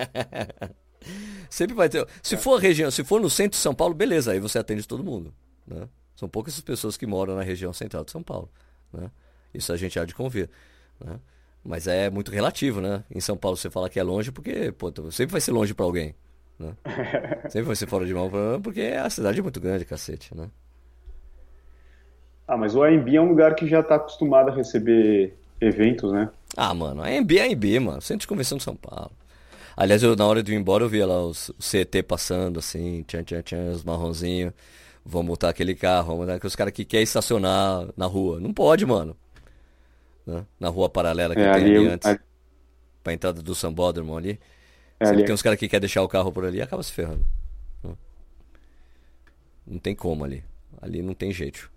Sempre vai ter. Se É. for região, se for no centro de São Paulo, beleza, aí você atende todo mundo, né? São poucas as pessoas que moram na região central de São Paulo, né? Isso a gente há de convir, né? Mas é muito relativo, né? Em São Paulo você fala que é longe porque, pô, sempre vai ser longe pra alguém, né? Sempre vai ser fora de mão porque a cidade é muito grande, cacete, né? Ah, mas o AMB é um lugar que já tá acostumado a receber eventos, né? Ah, mano, a AMB, mano, Centro de Convenção de São Paulo. Aliás, na hora de ir embora, eu via lá os CT passando, assim, tchan, tchan, tchan, os marronzinhos. Vão multar aquele carro, vão multar os caras que querem estacionar na rua. Não pode, mano. Né? Na rua paralela que É, tem ali, ali antes, pra entrada do Sambódromo ali. Sempre tem ali, uns caras que querem deixar o carro por ali e acaba se ferrando. Né? Não tem como ali. Ali não tem jeito.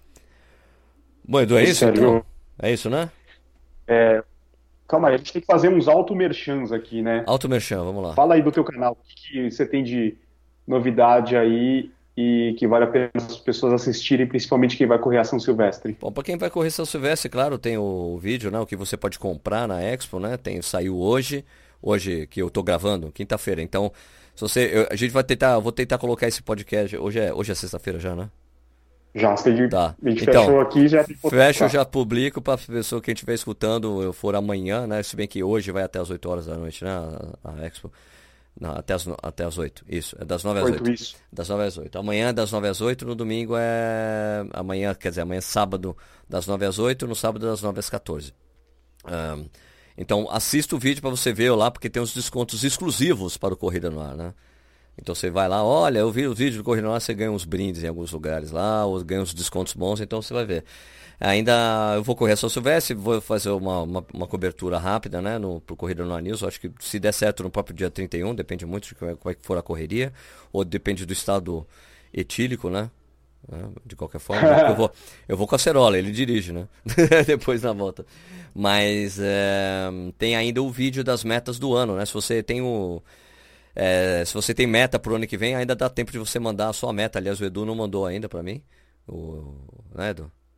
Bom, Edu, é ô, isso então? Sérgio, É isso, né? calma aí, a gente tem que fazer uns auto-merchans aqui, né? Auto Merchan, vamos lá. Fala aí do teu canal, o que que você tem de novidade aí e que vale a pena as pessoas assistirem, principalmente quem vai correr a São Silvestre. Bom, para quem vai correr São Silvestre, claro, tem o vídeo, né? O que você pode comprar na Expo, né? Saiu hoje que eu tô gravando, quinta-feira. Então, se você, a gente vai tentar, vou tentar colocar esse podcast. Hoje é sexta-feira já, né? Já, Tá. a gente Então, fechou aqui, já tem que fecho, postar. já publico para pessoa que estiver escutando, eu for amanhã, né? Se bem que hoje vai até as 8 horas da noite, né? A Expo. Não, até as 8. Isso, é das 9 às Feito 8. isso. Das 9 às 8. Amanhã é das 9 às 8, no domingo é. Amanhã, quer dizer, amanhã é sábado das 9 às 8, no sábado das 9 às 14. Ahn, então assista o vídeo para você ver lá, porque tem uns descontos exclusivos para o Corrida no Ar, né? Então você vai lá, olha, eu vi o vídeo do Corrida no Ar, você ganha uns brindes em alguns lugares lá, ou ganha uns descontos bons, então você vai ver. Ainda eu vou correr a São Silvestre, vou fazer uma cobertura rápida, né, pro Corrida no Ar News. Eu acho que se der certo no próprio dia 31, depende muito de como é que for a correria, ou depende do estado etílico, né? De qualquer forma, né, porque eu vou com a Cerola, ele dirige, né? Depois na volta. Mas tem ainda o vídeo das metas do ano, né? Se você tem meta pro ano que vem, ainda dá tempo de você mandar a sua meta. Aliás, o Edu não mandou ainda pra mim. Né, Edu?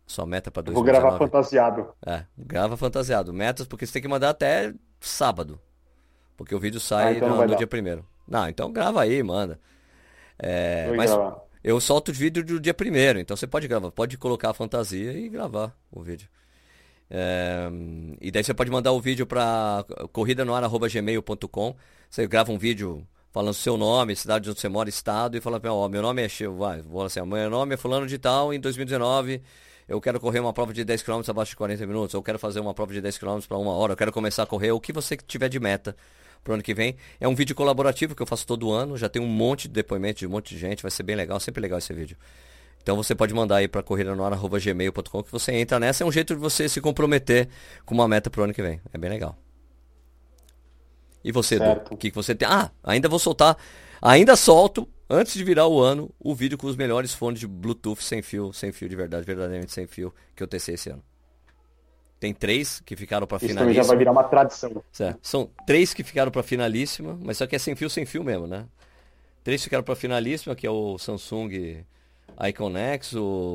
Sua meta para Eu vou gravar 2019. fantasiado. Grava fantasiado. Metas, porque você tem que mandar até sábado. Porque o vídeo Ah, sai então não vai no dar. dia primeiro. Não, então grava aí, manda. Vou Mas gravar. eu solto o vídeo do dia primeiro, então você pode gravar, pode colocar a fantasia e gravar o vídeo. E daí você pode mandar o vídeo para corridanoar@gmail.com. Você grava um vídeo falando seu nome, cidade onde você mora, estado, e fala, ó, meu nome é vou assim, meu nome é fulano de tal, em 2019 eu quero correr uma prova de 10 km abaixo de 40 minutos, eu quero fazer uma prova de 10 km para 1 hora, eu quero começar a correr, o que você tiver de meta pro ano que vem. É um vídeo colaborativo que eu faço todo ano, já tem um monte de depoimentos de um monte de gente, vai ser bem legal, sempre legal esse vídeo. Então você pode mandar aí para corridanoar@gmail.com que você entra nessa, é um jeito de você se comprometer com uma meta pro ano que vem. É bem legal. E você, Edu, o Certo. que você tem? Ah, ainda vou soltar, ainda solto, antes de virar o ano, o vídeo com os melhores fones de Bluetooth sem fio de verdade, verdadeiramente sem fio, que eu testei esse ano. Tem 3 que ficaram para Isso também já vai finalíssima. virar uma tradição. Certo. São 3 que ficaram para finalíssima, mas só que é sem fio mesmo, né? 3 ficaram para finalíssima, que é o Samsung Icon X,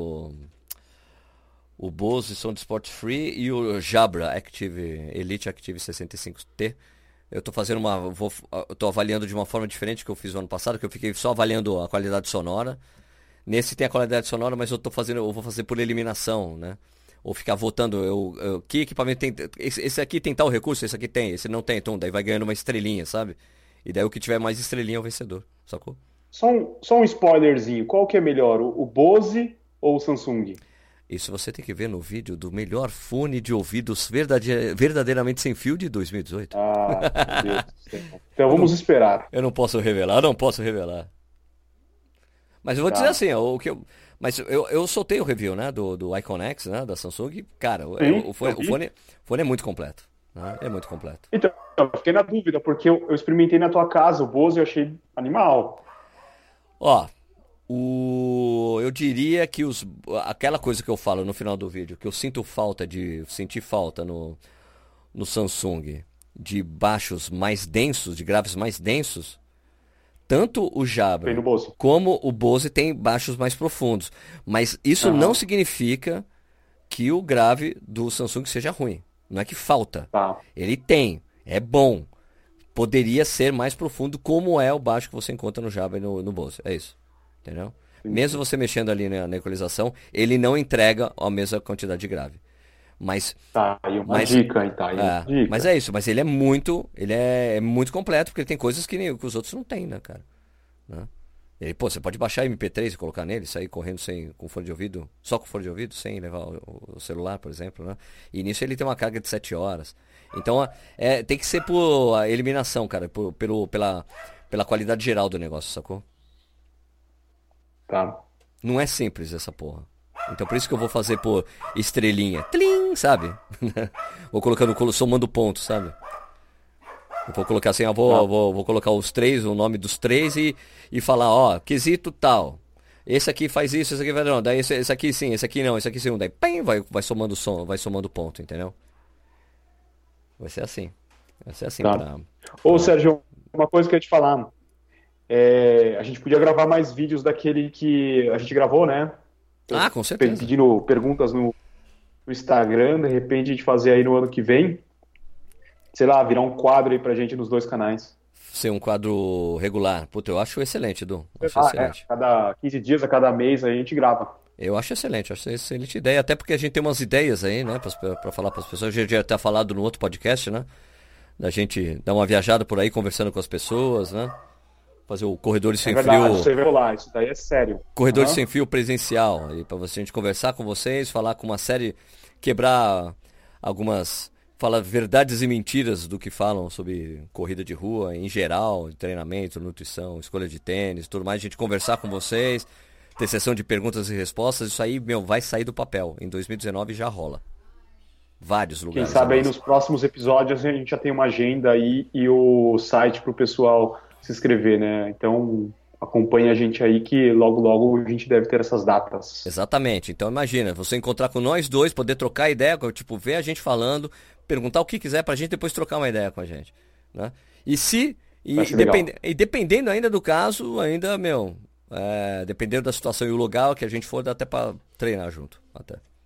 o Bose Sound Sport Free e o Jabra Elite Active 65T. Eu tô fazendo eu tô avaliando de uma forma diferente que eu fiz o ano passado, que eu fiquei só avaliando a qualidade sonora. Nesse tem a qualidade sonora, mas eu vou fazer por eliminação, né? Ou ficar votando, que equipamento tem, esse aqui tem tal recurso, esse aqui tem, esse não tem, então daí vai ganhando uma estrelinha, sabe? E daí o que tiver mais estrelinha é o vencedor, sacou? Só um spoilerzinho. Qual que é melhor, o Bose ou o Samsung? Isso você tem que ver no vídeo do melhor fone de ouvidos verdadeiramente sem fio de 2018. Ah, meu Deus do céu. Então Eu vamos não, esperar. eu não posso revelar, não posso revelar. Mas eu vou dizer Tá. assim, ó, mas eu soltei o review, né, do Icon X, né, da Samsung, e, cara, Sim, o eu fone, o vi. fone, o fone é muito completo, né, é muito completo. Então, eu fiquei na dúvida, porque eu experimentei na tua casa o Bose e eu achei animal. Ó, eu diria que aquela coisa que eu falo no final do vídeo, que eu senti falta no Samsung de baixos mais densos, de graves mais densos, tanto o Tem Jabra no Bose. como o Bose tem baixos mais profundos. Mas isso não Aham, significa que o grave do Samsung seja ruim. Não é que falta. tá. Ele tem, é bom. Poderia ser mais profundo, como é o baixo que você encontra no Jabra e no Bose. É isso. Entendeu? Mesmo Entendi. você mexendo ali na equalização, ele não entrega a mesma quantidade de grave. Mas, Tá aí uma mas, dica, hein? Tá aí uma mas dica. é isso. Mas ele é muito completo, porque ele tem coisas que os outros não têm, né, cara? Né? Você pode baixar MP3 e colocar nele, sair correndo com fone de ouvido, só com fone de ouvido, sem levar o celular, por exemplo, né? E nisso ele tem uma carga de 7 horas. Então, tem que ser por a eliminação, cara, pela qualidade geral do negócio, sacou? Tá. Não é simples essa porra. Então por isso que eu vou fazer por estrelinha. Tlim, sabe? Vou colocando, somando pontos, sabe? Eu vou colocar assim, Tá. vou colocar os 3, o nome dos 3 e falar, ó, quesito tal. Esse aqui faz isso, esse aqui vai não. Daí esse aqui sim, esse aqui não, esse aqui sim. Daí pim, vai somando som, vai somando ponto, entendeu? Vai ser assim. Vai ser assim Tá. pra. Ô, pra... Sérgio, uma coisa que eu ia te falar. A gente podia gravar mais vídeos daquele que a gente gravou, né? Ah, com certeza. Pedindo perguntas no Instagram, de repente a gente fazer aí no ano que vem, sei lá, virar um quadro aí pra gente nos dois canais. Ser um quadro regular. Puta, eu acho excelente, Edu. Acho Ah, a excelente. cada 15 dias, a cada mês aí a gente grava. Eu acho excelente ideia, até porque a gente tem umas ideias aí, né, pra falar pras pessoas. A gente já até falado no outro podcast, né, da gente dar uma viajada por aí conversando com as pessoas, né, fazer o É verdade, isso aí vai rolar, isso daí é sério. Corredores Aham. Sem Fio presencial, e pra você, a gente conversar com vocês, falar com uma série, quebrar falar verdades e mentiras do que falam sobre corrida de rua em geral, treinamento, nutrição, escolha de tênis, tudo mais, a gente conversar com vocês, ter sessão de perguntas e respostas, isso aí, meu, vai sair do papel. Em 2019 já rola. Vários Quem lugares, sabe aí aliás. nos próximos episódios a gente já tem uma agenda aí e o site pro pessoal se inscrever, né? Então acompanhe a gente aí que logo logo a gente deve ter essas datas. Exatamente. Então imagina, você encontrar com nós dois, poder trocar ideia, tipo, ver a gente falando, perguntar o que quiser pra gente depois trocar uma ideia com a gente, né? E se Vai ser legal. e dependendo ainda do caso, dependendo da situação e o lugar que a gente for, dá até pra treinar junto, até.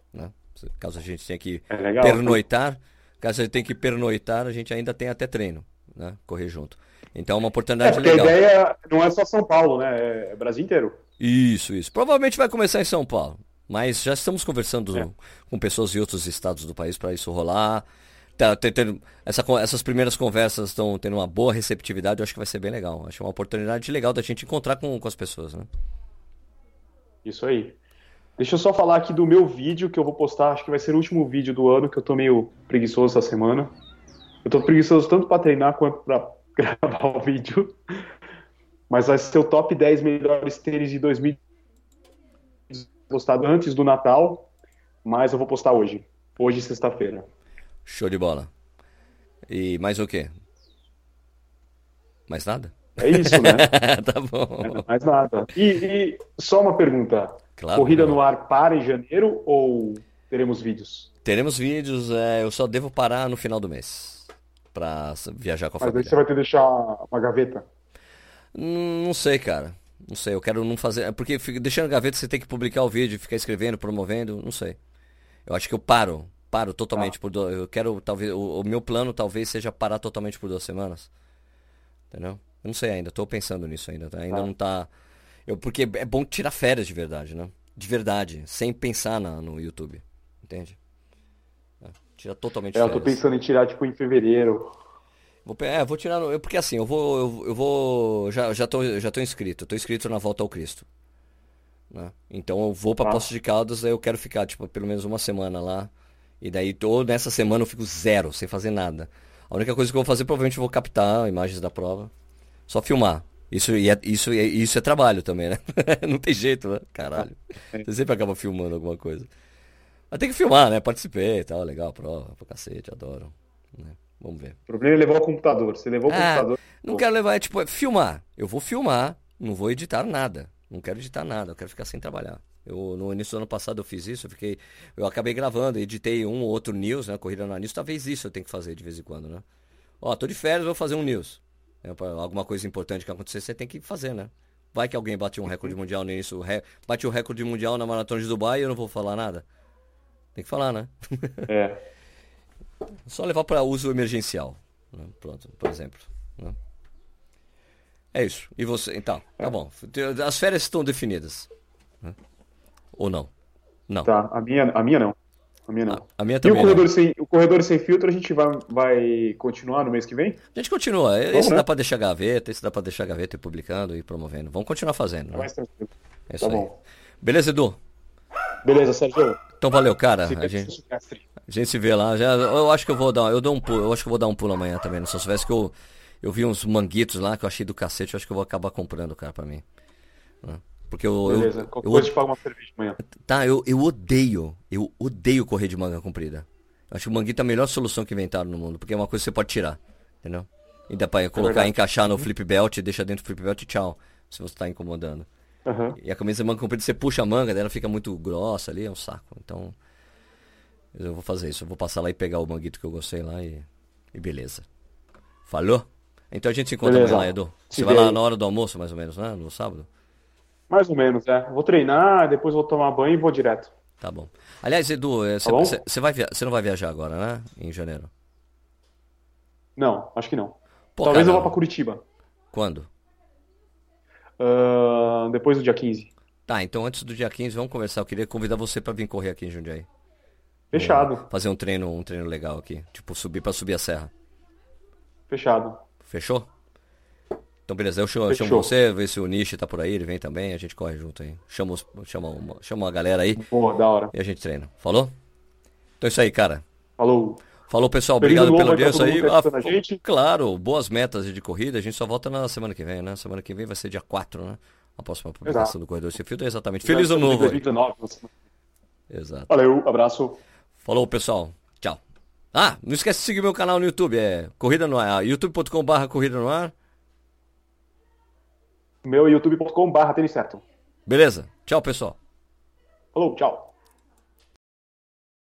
né? Caso a gente tenha que É legal. pernoitar, caso a gente tenha que pernoitar, a gente ainda tem até treino, né? Correr junto. Então é uma oportunidade Porque a legal. ideia não é só São Paulo, né? É Brasil inteiro. Isso. Provavelmente vai começar em São Paulo, mas já estamos conversando É. com pessoas de outros estados do país para isso rolar. Essas primeiras conversas estão tendo uma boa receptividade, eu acho que vai ser bem legal. Acho uma oportunidade legal da gente encontrar com as pessoas, né? Isso aí. Deixa eu só falar aqui do meu vídeo que eu vou postar. Acho que vai ser o último vídeo do ano, que eu tô meio preguiçoso essa semana. Eu tô preguiçoso tanto para treinar quanto para gravar o vídeo. Mas vai ser o top 10 melhores tênis de 2000 postado antes do Natal. Mas eu vou postar hoje. Hoje, sexta-feira. Show de bola. E mais o quê? Mais nada? É isso, né? Tá bom. Mais nada. E só uma pergunta. Claro, Corrida não. no ar para em janeiro ou teremos vídeos? Teremos vídeos, eu só devo parar no final do mês pra viajar com a Mas aí você família. vai ter que deixar uma gaveta. Não sei, cara. Não sei, eu quero não fazer. Porque deixando gaveta você tem que publicar o vídeo, ficar escrevendo, promovendo, não sei. Eu acho que eu paro Tá. totalmente por eu quero, talvez, o meu plano talvez seja parar totalmente por 2 semanas. Entendeu? Eu não sei ainda, tô pensando nisso ainda, tá? Ainda Tá. não tá. Porque é bom tirar férias de verdade, né? De verdade, sem pensar no YouTube. Entende? Tira totalmente É, eu tô férias. pensando em tirar, tipo, em fevereiro. Vou tirar. Porque assim, eu vou. Já tô inscrito. Eu tô inscrito na Volta ao Cristo. Né? Então eu vou pra Tá. Poços de Caldas, aí eu quero ficar, tipo, pelo menos uma semana lá. E daí, nessa semana eu fico zero, sem fazer nada. A única coisa que eu vou fazer, provavelmente eu vou captar imagens da prova. Só filmar. Isso é trabalho também, né? Não tem jeito, né? Caralho. É. Você sempre acaba filmando alguma coisa. Mas tem que filmar, né? Participei e tal, legal a prova, pra cacete, adoro. Né? Vamos ver. O problema é levar o computador. Você levou o Ah, computador. não Pô, quero levar, é filmar. Eu vou filmar, não vou editar nada. Não quero editar nada, eu quero ficar sem trabalhar. No início do ano passado eu fiz isso, eu acabei gravando, editei um ou outro news, né? Corrida no news, talvez isso eu tenho que fazer de vez em quando, né? Ó, tô de férias, vou fazer um news. Alguma coisa importante que acontecer, você tem que fazer, né? Vai que alguém bate um recorde mundial no início, bate o recorde mundial na Maratona de Dubai e eu não vou falar nada. Tem que falar, né? é. Só levar para uso emergencial, né? Pronto, por exemplo, né? É isso. E você, então, tá bom. As férias estão definidas, né? Ou não? Não. Tá. A minha não. A minha A, não. a minha E o também não. corredor sem filtro a gente vai continuar no mês que vem? A gente continua. Vamos, Esse né? dá pra deixar gaveta, esse dá pra deixar gaveta e publicando e promovendo. Vamos continuar fazendo, É né? mais tranquilo. É Tá isso aí. bom. Beleza, Edu? Beleza, Sérgio. Então valeu, cara. Fica A aqui gente, seu Silvestre. a gente se vê lá. Eu acho que eu vou dar, eu dou um pulo, eu acho que eu vou dar um pulo amanhã também no São Silvestre, que eu vi uns manguitos lá que eu achei do cacete, eu acho que eu vou acabar comprando, cara, pra mim, né? Porque Beleza. Qualquer coisa te pago uma cerveja amanhã. tá, eu odeio correr de manga comprida. Eu acho que o manguito é a melhor solução que inventaram no mundo, porque é uma coisa que você pode tirar, entendeu? E dá pra colocar, verdade. encaixar no flip belt, deixa dentro do flip belt e tchau, se você tá incomodando. Aham. E a camisa de manga comprida, você puxa a manga, daí ela fica muito grossa ali, é um saco. Então, eu vou fazer isso, eu vou passar lá e pegar o manguito que eu gostei lá e beleza. Falou? Então a gente se encontra amanhã lá, Beleza. Edu. Você Se vai vê lá aí. na hora do almoço, mais ou menos, né? No sábado? Mais ou menos, é. Vou treinar, depois vou tomar banho e vou direto. Tá bom. Aliás, Edu, Tá bom? você não vai viajar agora, né? Em janeiro. Não, acho que não. Pô, Talvez eu vá cara, pra Curitiba. quando? Depois do dia 15. Tá, então antes do dia 15, vamos conversar. Eu queria convidar você pra vir correr aqui em Jundiaí. Fechado. Fazer um treino legal aqui. Tipo, pra subir a serra. Fechado. Fechou? Então beleza, eu chamo Fechou. você, ver se o Nishi tá por aí, ele vem também, a gente corre junto aí. Chama uma galera aí Boa, da hora. e a gente treina. Falou? Então é isso aí, cara. Falou. Falou, pessoal. Feliz ano Obrigado pela novo aí pra audiência todo mundo aí. que tá escutando a gente. Claro, boas metas de corrida. A gente só volta na semana que vem, né? Semana que vem vai ser dia 4, né? A próxima Exato. publicação do Corredor Sem Filtro. Exatamente. Já Feliz ano estamos em novo aí. 2019. Exato. Valeu, abraço. Falou, pessoal. Tchau. Ah, não esquece de seguir meu canal no YouTube. É Corrida no Ar. youtube.com/Corrida no Ar. Meu youtube.com/tênis certo. Beleza. Tchau, pessoal. Falou, tchau.